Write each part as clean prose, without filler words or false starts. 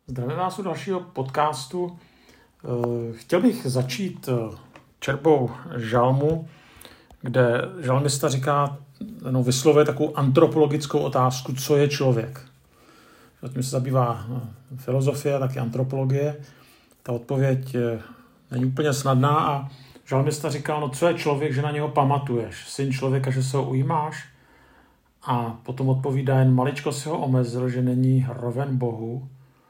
Zdravím vás u dalšího podcastu. Chtěl bych začít četbou žalmu, kde žalmista říká, vyslovuje takovou antropologickou otázku, co je člověk. Tím se zabývá filozofie, taky antropologie. Ta odpověď není úplně snadná a žalmista říkal, co je člověk, že na něho pamatuješ. Syn člověka, že se ho ujímáš. A potom odpovídá, jen maličko si ho omezil, že není roven Bohu,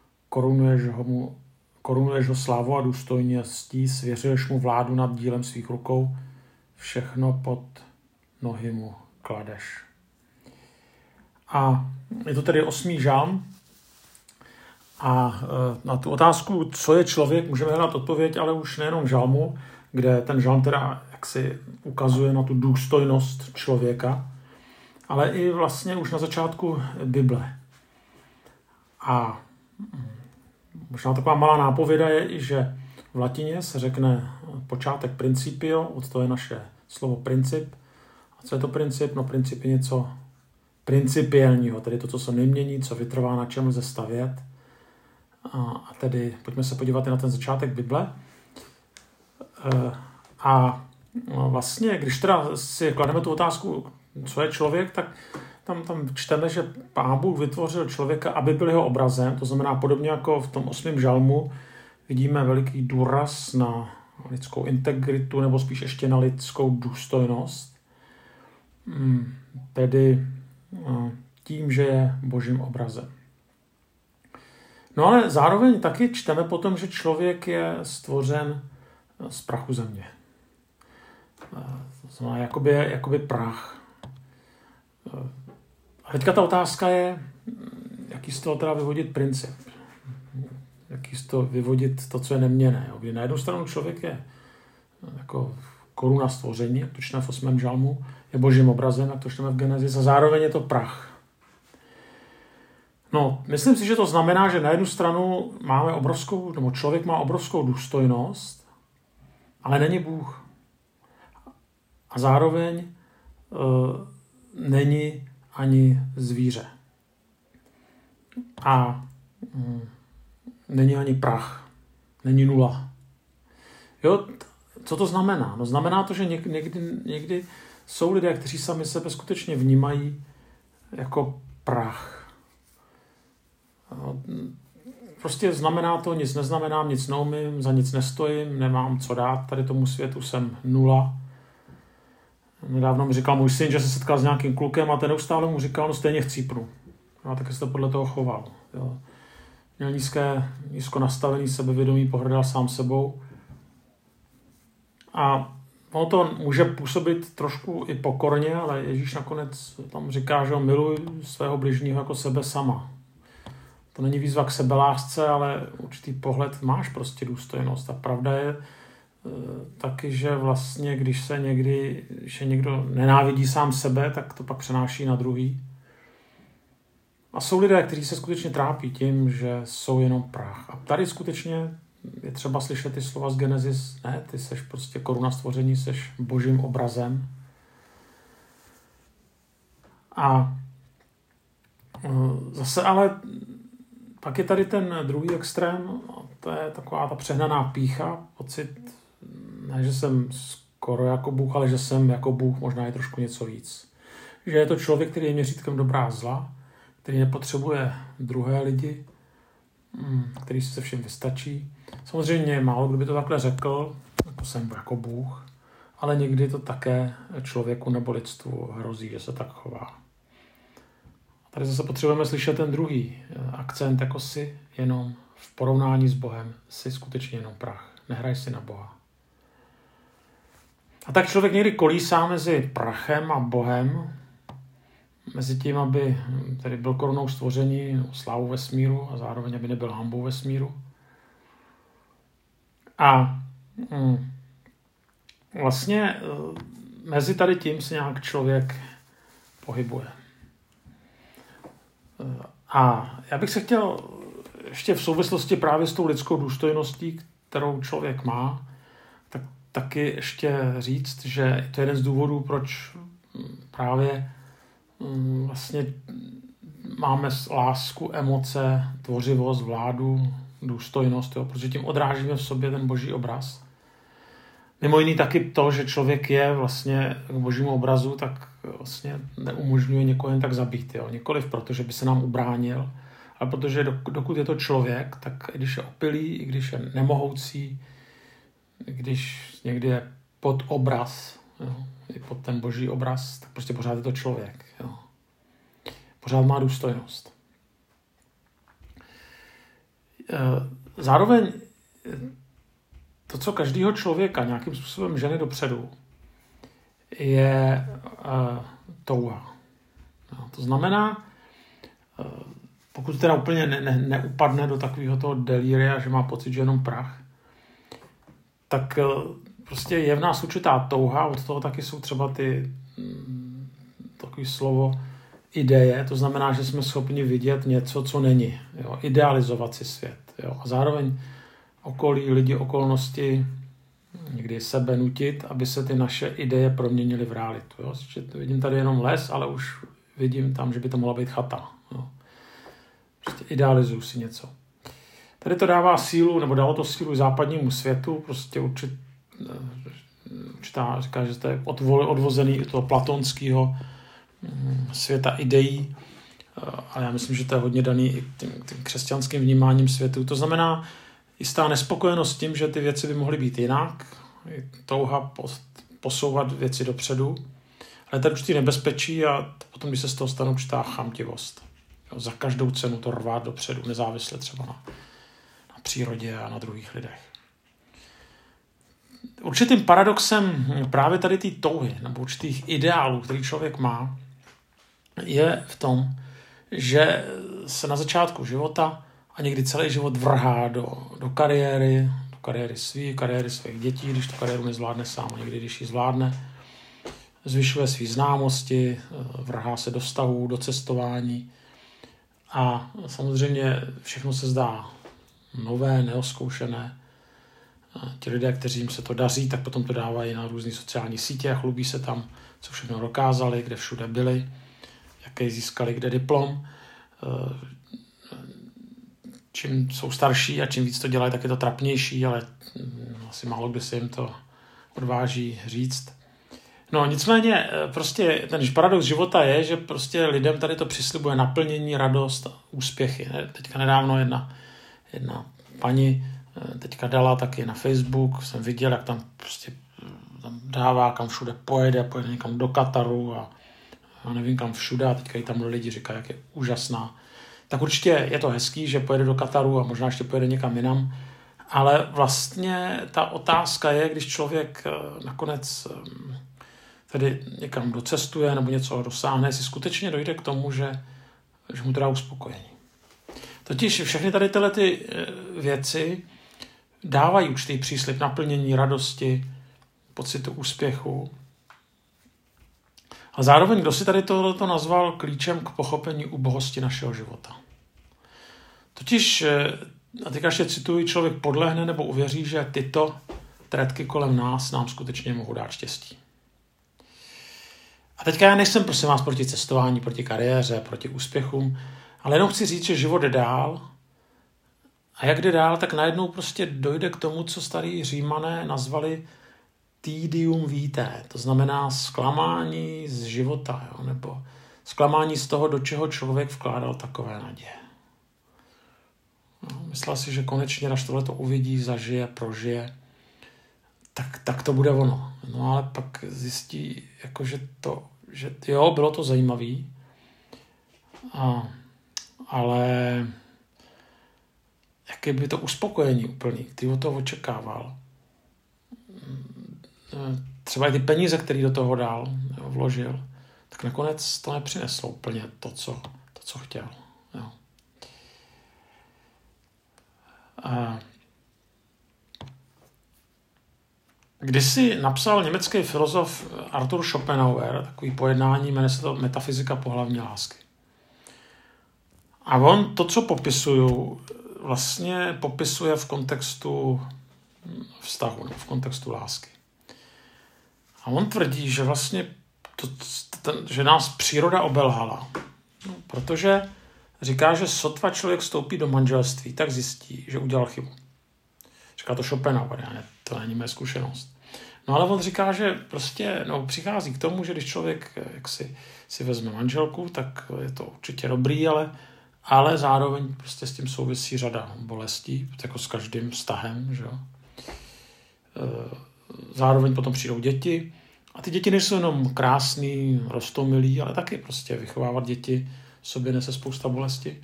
korunuješ ho slávou a důstojností, svěřuješ mu vládu nad dílem svých rukou, všechno pod nohy mu kladeš. A je to tedy 8. žalm a na tu otázku, co je člověk, můžeme hledat odpověď, ale už nejenom v žalmu, kde ten žalm teda jaksi ukazuje na tu důstojnost člověka, ale i vlastně už na začátku Bible. A možná taková malá nápověda je i, že v latině se řekne počátek principio, od toho je naše slovo princip. A co je to princip? No princip je něco principiálního, tedy to, co se nemění, co vytrvá, na čem lze stavět. A tedy pojďme se podívat i na ten začátek Bible. A vlastně, když teda si klademe tu otázku, co je člověk, tak tam čteme, že Pán Bůh vytvořil člověka, aby byl jeho obrazem, to znamená podobně jako v tom 8. žalmu vidíme veliký důraz na lidskou integritu, nebo spíš ještě na lidskou důstojnost, tedy tím, že je Božím obrazem. No ale zároveň taky čteme potom, že člověk je stvořen z prachu země. To znamená jakoby prach. A teďka ta otázka je, jaký z toho teda vyvodit princip. Jaký z toho vyvodit to, co je neměnné. Kdy na jednu stranu člověk je jako koruna stvoření, jak to čteme v 8. žalmu, je Božím obrazem, jak to čteme v Genesis, a zároveň je to prach. No, myslím si, že to znamená, že na jednu stranu člověk má obrovskou důstojnost, ale není Bůh. A zároveň není ani zvíře. A není ani prach. Není nula. Jo, co to znamená? No znamená to, že někdy jsou lidé, kteří sami sebe skutečně vnímají jako prach. No, prostě znamená to, nic neznamenám, nic neumím, za nic nestojím, nemám co dát, tady tomu světu jsem nula. Nedávno mi říkal můj syn, že se setkal s nějakým klukem a ten neustále mu říkal, stejně chcípnu. A tak se to podle toho choval. Jo. Měl nízko nastavený sebevědomí, pohrdal sám sebou. A ono to může působit trošku i pokorně, ale Ježíš nakonec tam říká, že ho miluj svého bližního jako sebe sama. To není výzva k sebelásce, ale určitý pohled, máš prostě důstojnost. A pravda je taky, že vlastně, když někdo nenávidí sám sebe, tak to pak přenáší na druhý. A jsou lidé, kteří se skutečně trápí tím, že jsou jenom prach. A tady skutečně je třeba slyšet ty slova z Genesis. Ne, ty seš prostě koruna stvoření, seš Božím obrazem. A zase ale pak je tady ten druhý extrém, to je taková ta přehnaná pýcha, pocit, ne, že jsem skoro jako Bůh, ale že jsem jako Bůh, možná je trošku něco víc. Že je to člověk, který je měřítkem dobrá a zla, který nepotřebuje druhé lidi, který si se všem vystačí. Samozřejmě málo kdo by to takhle řekl, jako jsem jako Bůh, ale někdy to také člověku nebo lidstvu hrozí, že se tak chová. Tady zase potřebujeme slyšet ten druhý akcent, jako si jenom v porovnání s Bohem, si skutečně jenom prach. Nehraj si na Boha. A tak člověk někdy kolísá mezi prachem a Bohem, mezi tím, aby tedy byl korunou stvoření, slávu vesmíru a zároveň, aby nebyl hanbou vesmíru. A vlastně mezi tady tím se nějak člověk pohybuje. A já bych se chtěl ještě v souvislosti právě s tou lidskou důstojností, kterou člověk má, tak taky ještě říct, že to je jeden z důvodů, proč právě vlastně máme lásku, emoce, tvořivost, vládu, důstojnost, jo, protože tím odrážíme v sobě ten boží obraz. Mimo jiný taky to, že člověk je vlastně k božímu obrazu, tak vlastně neumožňuje někoho jen tak zabít. Jo. Nikoliv proto, že by se nám ubránil, ale protože dokud je to člověk, tak i když je opilý, i když je nemohoucí, i když někdy je pod obraz, jo, i pod ten boží obraz, tak prostě pořád je to člověk. Jo. Pořád má důstojnost. Zároveň to, co každého člověka nějakým způsobem žene dopředu, je touha. No, to znamená, pokud teda úplně neupadne do takového toho delíria, že má pocit, že jenom prach, tak prostě je v nás určitá touha, od toho taky jsou třeba ty takový slovo ideje, to znamená, že jsme schopni vidět něco, co není. Jo? Idealizovat si svět. Jo? A zároveň okolí, lidi, okolnosti, někdy sebe nutit, aby se ty naše ideje proměnily v realitu. Jo? Vidím tady jenom les, ale už vidím tam, že by to mohla být chata. Jo? Prostě idealizuju si něco. Tady to dává sílu, nebo dalo to sílu západnímu světu, prostě určitá, říká, že to je odvozený od toho platonského světa ideí. A já myslím, že to je hodně daný i tím křesťanským vnímáním světu. To znamená jistá nespokojenost s tím, že ty věci by mohly být jinak, touha posouvat věci dopředu, ale tady určitý nebezpečí a potom, když se z toho stane určitá chamtivost. Jo, za každou cenu to rvát dopředu, nezávisle třeba na přírodě a na druhých lidech. Určitým paradoxem právě tady té touhy nebo určitých ideálů, který člověk má, je v tom, že se na začátku života a někdy celý život vrhá do kariéry svých dětí, když tu kariéru nezvládne sám, a někdy, když ji zvládne, zvyšuje své známosti, vrhá se do vztahů, do cestování a samozřejmě všechno se zdá nové, neozkoušené. Ti lidé, kteřím se to daří, tak potom to dávají na různé sociální sítě a chlubí se tam, co všechno dokázali, kde všude byli, jaký získali kde diplom. Čím jsou starší a čím víc to dělají, tak je to trapnější, ale asi málo kdy se jim to odváží říct. No nicméně prostě ten paradox života je, že prostě lidem tady to přislibuje naplnění, radost, úspěchy. Teďka nedávno jedna paní teďka dala taky na Facebook, jsem viděl, jak tam prostě tam dává, kam všude pojede někam do Kataru a nevím kam všude a teďka jí tam lidi říkají, jak je úžasná. Tak určitě je to hezký, že pojede do Kataru a možná ještě pojede někam jinam, ale vlastně ta otázka je, když člověk nakonec tedy někam docestuje nebo něco dosáhne, jestli skutečně dojde k tomu, že mu to dá uspokojení. Totiž všechny tady tyhle ty věci dávají určitý příslib naplnění, radosti, pocitu úspěchu. A zároveň, kdo si tady tohleto nazval klíčem k pochopení ubohosti našeho života. Totiž, a teďka ještě cituji, člověk podlehne nebo uvěří, že tyto tretky kolem nás nám skutečně mohou dát štěstí. A teďka já nejsem, prosím vás, proti cestování, proti kariéře, proti úspěchům, ale jenom chci říct, že život jde dál. A jak jde dál, tak najednou prostě dojde k tomu, co starý Římané nazvali tedium vitae. To znamená zklamání z života, jo? Nebo zklamání z toho, do čeho člověk vkládal takové naděje. No, myslel si, že konečně, až tohle to uvidí, zažije, prožije, tak to bude ono. No ale pak zjistí, jako, že jo, bylo to zajímavý, ale jaké by to uspokojení úplný, který od toho očekával. Třeba i ty peníze, který do toho dal, vložil, tak nakonec to nepřineslo úplně to, co chtěl. Jo. Kdysi napsal německý filozof Arthur Schopenhauer takový pojednání, jmenuje se to Metafyzika pohlavní lásky. A on to, co popisuju, vlastně popisuje v kontextu vztahu, v kontextu lásky. A on tvrdí, že vlastně že nás příroda obelhala. No, protože říká, že sotva člověk vstoupí do manželství, tak zjistí, že udělal chybu. Říká to Schopenhauer, to není moje zkušenost. No ale on říká, že prostě přichází k tomu, že když člověk si vezme manželku, tak je to určitě dobrý, ale zároveň prostě s tím souvisí řada bolestí, jako s každým vztahem. Že jo? Zároveň potom přijdou děti a ty děti nejsou jenom krásný, roztomilý, ale taky prostě vychovávat děti sobě nese spousta bolesti.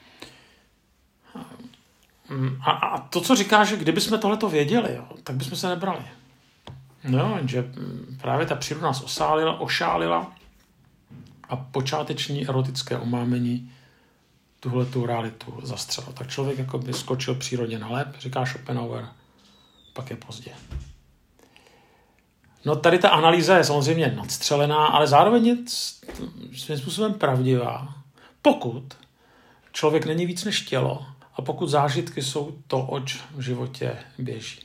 A to, co říká, že kdybychom tohleto věděli, jo, tak bychom se nebrali. No, že právě ta příroda nás ošálila a počáteční erotické omámení tuhletu realitu zastřelo. Tak člověk jako by skočil přírodě na lep, říká Schopenhauer, pak je pozdě. No tady ta analýza je samozřejmě nadstřelená, ale zároveň je svým způsobem pravdivá, pokud člověk není víc než tělo a pokud zážitky jsou to, oč v životě běží.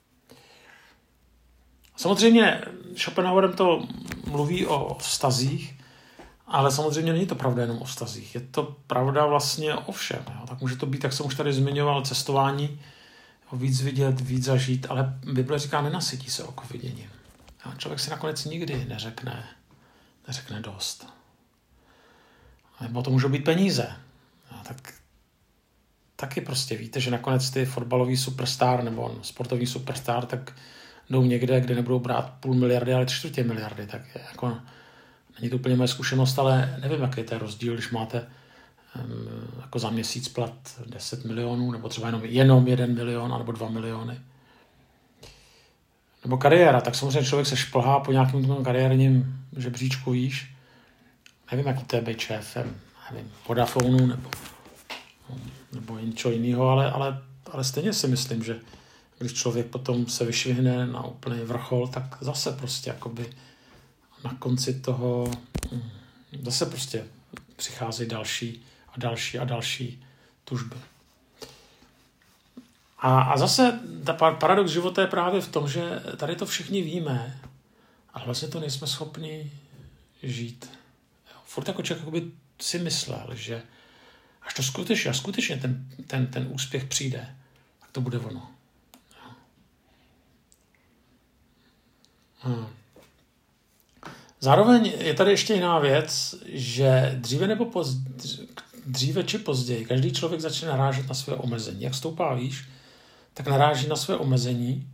Samozřejmě Schopenhauerem to mluví o vztazích, ale samozřejmě není to pravda jenom o vztazích. Je to pravda vlastně o všem. Jo? Tak může to být, jak jsem už tady zmiňoval, cestování, víc vidět, víc zažít, ale Bible říká, nenasytí se oko viděním. A člověk si nakonec nikdy neřekne dost. Nebo to můžou být peníze. Tak taky prostě víte, že nakonec ty fotbalový superstar nebo sportovní superstar tak jdou někde, kde nebudou brát 500 miliardy, ale 2/4 miliardy. Tak jako, není to úplně moje zkušenost, ale nevím, jaký je ten rozdíl, když máte jako za měsíc plat 10 milionů, nebo třeba jenom 1 milion, nebo 2 miliony. Nebo kariéra, tak samozřejmě člověk se šplhá po nějakém kariérním žebříčku výš. Nevím, jaký to je být šéfem, nevím, Vodafonu nebo něčeho jiného, ale stejně si myslím, že když člověk potom se vyšvihne na úplný vrchol, tak zase prostě jakoby na konci toho zase prostě přicházejí další a další tužby. A zase ta paradox života je právě v tom, že tady to všichni víme, ale vlastně to nejsme schopni žít. Furt jako člověk by si myslel, že až to skutečně ten úspěch přijde, tak to bude ono. Zároveň je tady ještě jiná věc, že dříve či později každý člověk začne narážet na své omezení. Jak stoupá výš, tak naráží na své omezení.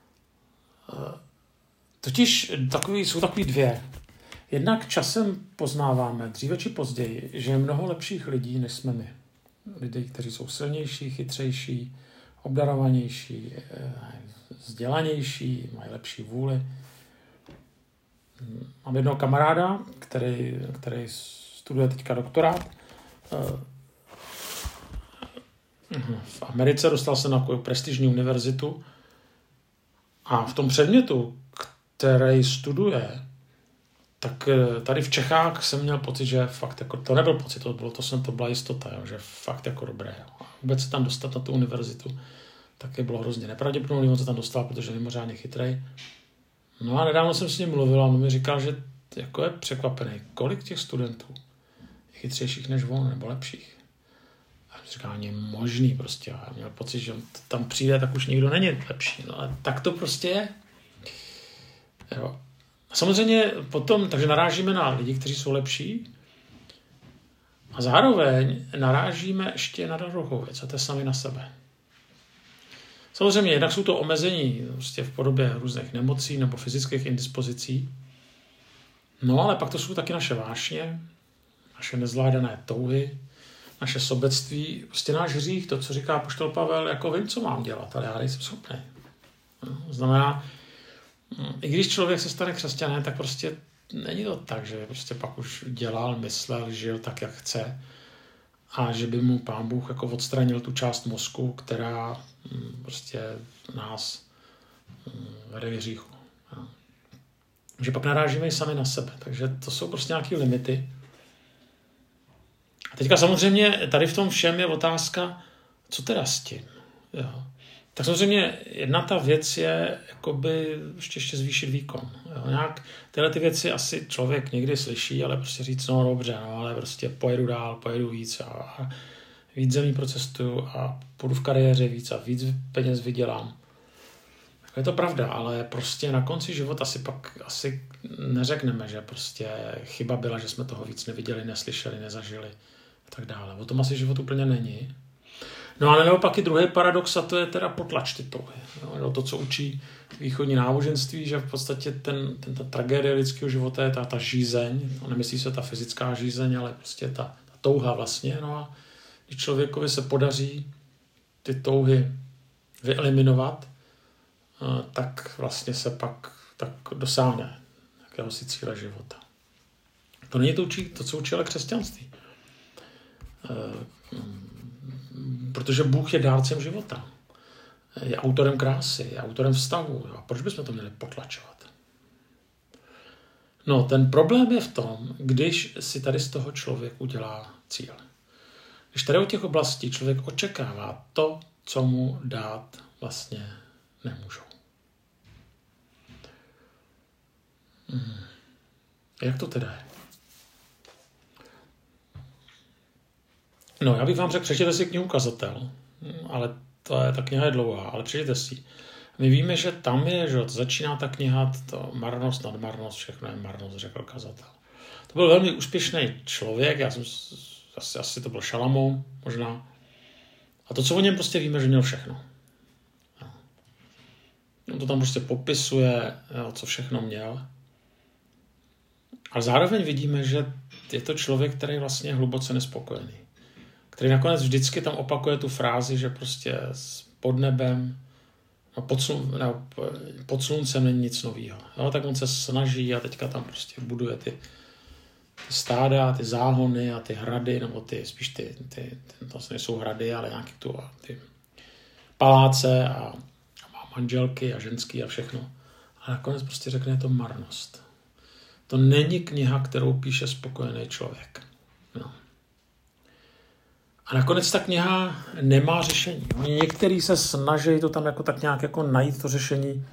Totiž jsou takový dvě. Jednak časem poznáváme, dříve či později, že je mnoho lepších lidí, než jsme my. Lidé, kteří jsou silnější, chytřejší, obdarovanější, vzdělanější, mají lepší vůli. Mám jednoho kamaráda, který studuje teďka doktorát. V Americe dostal se na takovou prestižní univerzitu a v tom předmětu, který studuje, tak tady v Čechách jsem měl pocit, že fakt jako, to nebyl pocit, to byla jistota, jo, že fakt jako dobré. Jo. A vůbec se tam dostat na tu univerzitu, taky bylo hrozně nepravděpodobné, on se tam dostal, protože je mimořádně chytrej. No a nedávno jsem s ním mluvil a on mi říkal, že jako je překvapený, kolik těch studentů je chytřejších než on, nebo lepších. A on říkal, je možný prostě. A měl pocit, že on tam přijde, tak už nikdo není lepší. No a tak to prostě je. Jo. A samozřejmě potom, takže narážíme na lidi, kteří jsou lepší a zároveň narážíme ještě na druhou věc, a to je sami na sebe. Samozřejmě jednak jsou to omezení prostě v podobě různých nemocí nebo fyzických indispozicí, no ale pak to jsou taky naše vášně, naše nezvládané touhy, naše sobectví, prostě náš hřích, to, co říká apoštol Pavel, jako vím, co mám dělat, ale já nejsem schopný. No, znamená, i když člověk se stane křesťanem, tak prostě není to tak, že prostě pak už dělal, myslel, žil tak, jak chce a že by mu Pán Bůh jako odstranil tu část mozku, která prostě nás vede k hříchu. Že pak narážíme i sami na sebe. Takže to jsou prostě nějaké limity. A teďka samozřejmě tady v tom všem je otázka, co teda s tím. Jo. Tak samozřejmě jedna ta věc je jakoby ještě zvýšit výkon. Jo. Nějak tyhle ty věci asi člověk někdy slyší, ale prostě říct, no dobře, no, ale prostě pojedu dál, pojedu víc a víc zemí procestuju a půjdu v kariéře víc a víc peněz vydělám. Je to pravda, ale prostě na konci života asi neřekneme, že prostě chyba byla, že jsme toho víc neviděli, neslyšeli, nezažili a tak dále. O tom asi život úplně není. No ale naopak i druhý paradox, a to je teda potlač ty touhy. No, to, co učí východní náboženství, že v podstatě ta tragédie lidského života je ta žízeň, no, nemyslí se ta fyzická žízeň, ale prostě ta touha vlastně. No a když člověkovi se podaří ty touhy vyeliminovat, tak vlastně se pak tak dosáhne jakéhosi cíle života. To není to, co učí ale křesťanství. Protože Bůh je dárcem života. Je autorem krásy, je autorem vztahu. A proč bychom to měli potlačovat? No, ten problém je v tom, když si tady z toho člověk udělá cíl. Když tady od těch oblastí člověk očekává to, co mu dát vlastně nemůžou. Jak to teda je? No, já bych vám řekl, přečtěte si knihu Kazatel, ale ta kniha je dlouhá, ale přečtěte si. My víme, že tam je, že začíná ta kniha, to marnost, nadmarnost, všechno je marnost, řekl Kazatel. To byl velmi úspěšný člověk, já jsem asi to byl Šalamoun, možná. A to, co o něm prostě víme, že měl všechno. On to tam prostě popisuje, co všechno měl. Ale zároveň vidíme, že je to člověk, který vlastně je hluboce nespokojený. Který nakonec vždycky tam opakuje tu frázi, že prostě pod nebem, pod sluncem není nic novýho. Jo, tak on se snaží a teďka tam prostě buduje ty stáda, ty záhony a ty hrady, nebo spíš ty to nejsou hrady, ale nějaký ty paláce a má manželky a ženský a všechno. A nakonec prostě řekne, je to marnost. To není kniha, kterou píše spokojený člověk. No. A nakonec ta kniha nemá řešení. Oni někteří se snaží to tam jako tak nějak jako najít to řešení.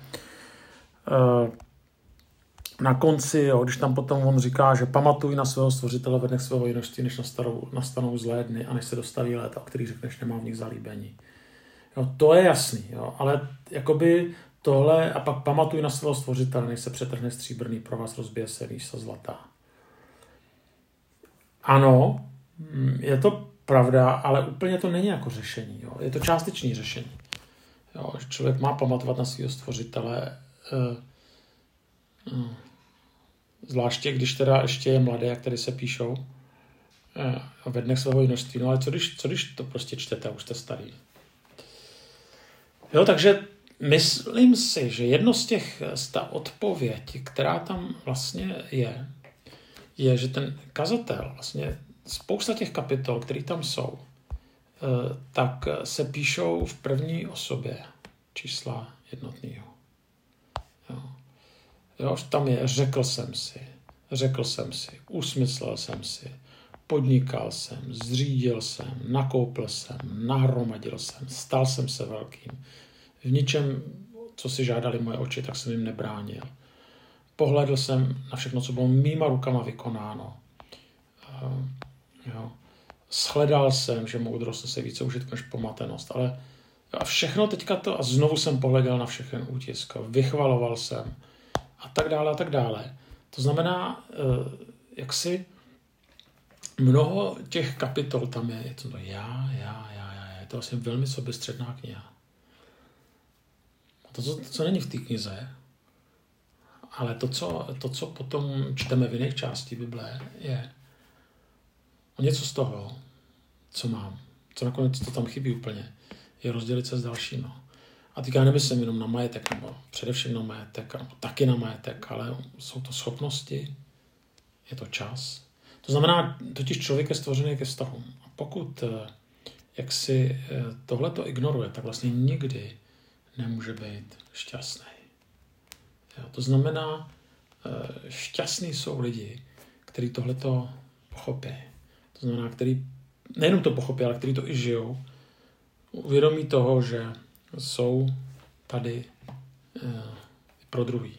Na konci, jo, když tam potom on říká, že pamatuj na svého stvořitele ve dnech svého jinožství, než nastanou zlé dny a než se dostaví léta, o kterých řekneš, nemám v nich zalíbení. Jo, to je jasný, jo, ale jakoby tohle, a pak pamatuj na svého stvořitele, než se přetrhne stříbrný provaz, rozbije se místo zlatá. Ano, je to pravda, ale úplně to není jako řešení. Jo. Je to částečné řešení. Jo, že člověk má pamatovat na svého stvořitele, zvláště když teda ještě je mladý, jak tady se píšou, ve dnech svého jinožství. No ale co když to prostě čtete a už jste starý? Jo, takže myslím si, že jedno z ta odpověď, která tam vlastně je, že ten kazatel, vlastně spousta těch kapitol, které tam jsou, tak se píšou v první osobě čísla jednotného. Jo, tam je řekl jsem si, usmyslel jsem si, podnikal jsem, zřídil jsem, nakoupil jsem, nahromadil jsem, stal jsem se velkým. V ničem, co si žádali moje oči, tak jsem jim nebránil. Pohledl jsem na všechno, co bylo mýma rukama vykonáno. Shledal jsem, že moudrost se více užitku než pomatenost. Ale a všechno teďka to, a znovu jsem pohledal na všechen útisk. Vychvaloval jsem a tak dále, a tak dále. To znamená, jak si mnoho těch kapitol tam je to já. Je to vlastně velmi soběstředná kniha. To, co není v té knize, ale to, co potom čteme v jiných části Bible, je něco z toho, co mám, co nakonec to tam chybí úplně, je rozdělit se s dalšími. A teďka nemyslím jenom na majetek, nebo především na majetek, nebo taky na majetek, ale jsou to schopnosti, je to čas. To znamená, totiž člověk je stvořený ke vztahům. A pokud jak si tohleto ignoruje, tak vlastně nikdy nemůže být šťastný. Jo, to znamená, šťastní jsou lidi, kteří tohleto pochopí. To znamená, který nejenom to pochopí, ale kteří to i žijou. Uvědomí toho, že jsou tady pro druhý.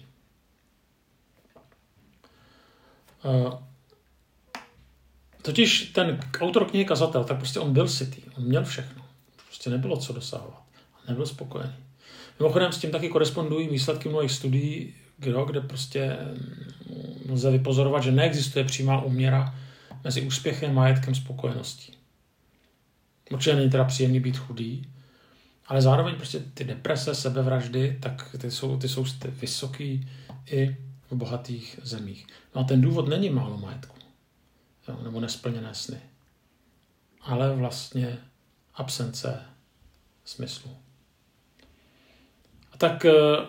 Totiž ten autor knihy Kazatel, tak prostě on byl sytý, on měl všechno. Prostě nebylo co dosahovat. Nebyl spokojený. Mimochodem s tím taky korespondují výsledky mnohých studií, kde prostě lze vypozorovat, že neexistuje přímá úměra mezi úspěchem, majetkem, spokojeností. Určitě není teda příjemný být chudý, ale zároveň prostě ty deprese, sebevraždy, tak ty jsou vysoký i v bohatých zemích. No a ten důvod není málo majetku, jo, nebo nesplněné sny, ale vlastně absence smyslu. A tak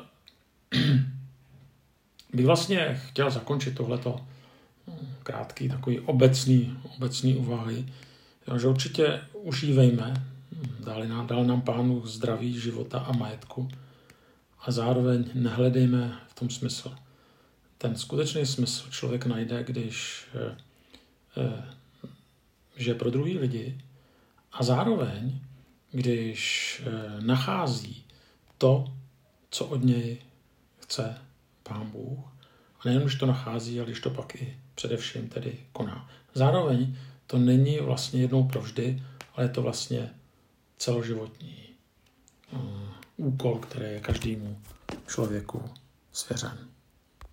bych vlastně chtěl zakončit tohleto krátký, takový obecný úvahy, že určitě užívejme, dal nám Pánu zdraví, života a majetku a zároveň nehledejme v tom smysl. Ten skutečný smysl člověk najde, když žije pro druhý lidi a zároveň, když nachází to, co od něj chce Pán Bůh. A nejen, když to nachází, ale když to pak i především tedy koná. Zároveň to není vlastně jednou provždy, ale je to vlastně celoživotní úkol, který je každému člověku svěřen.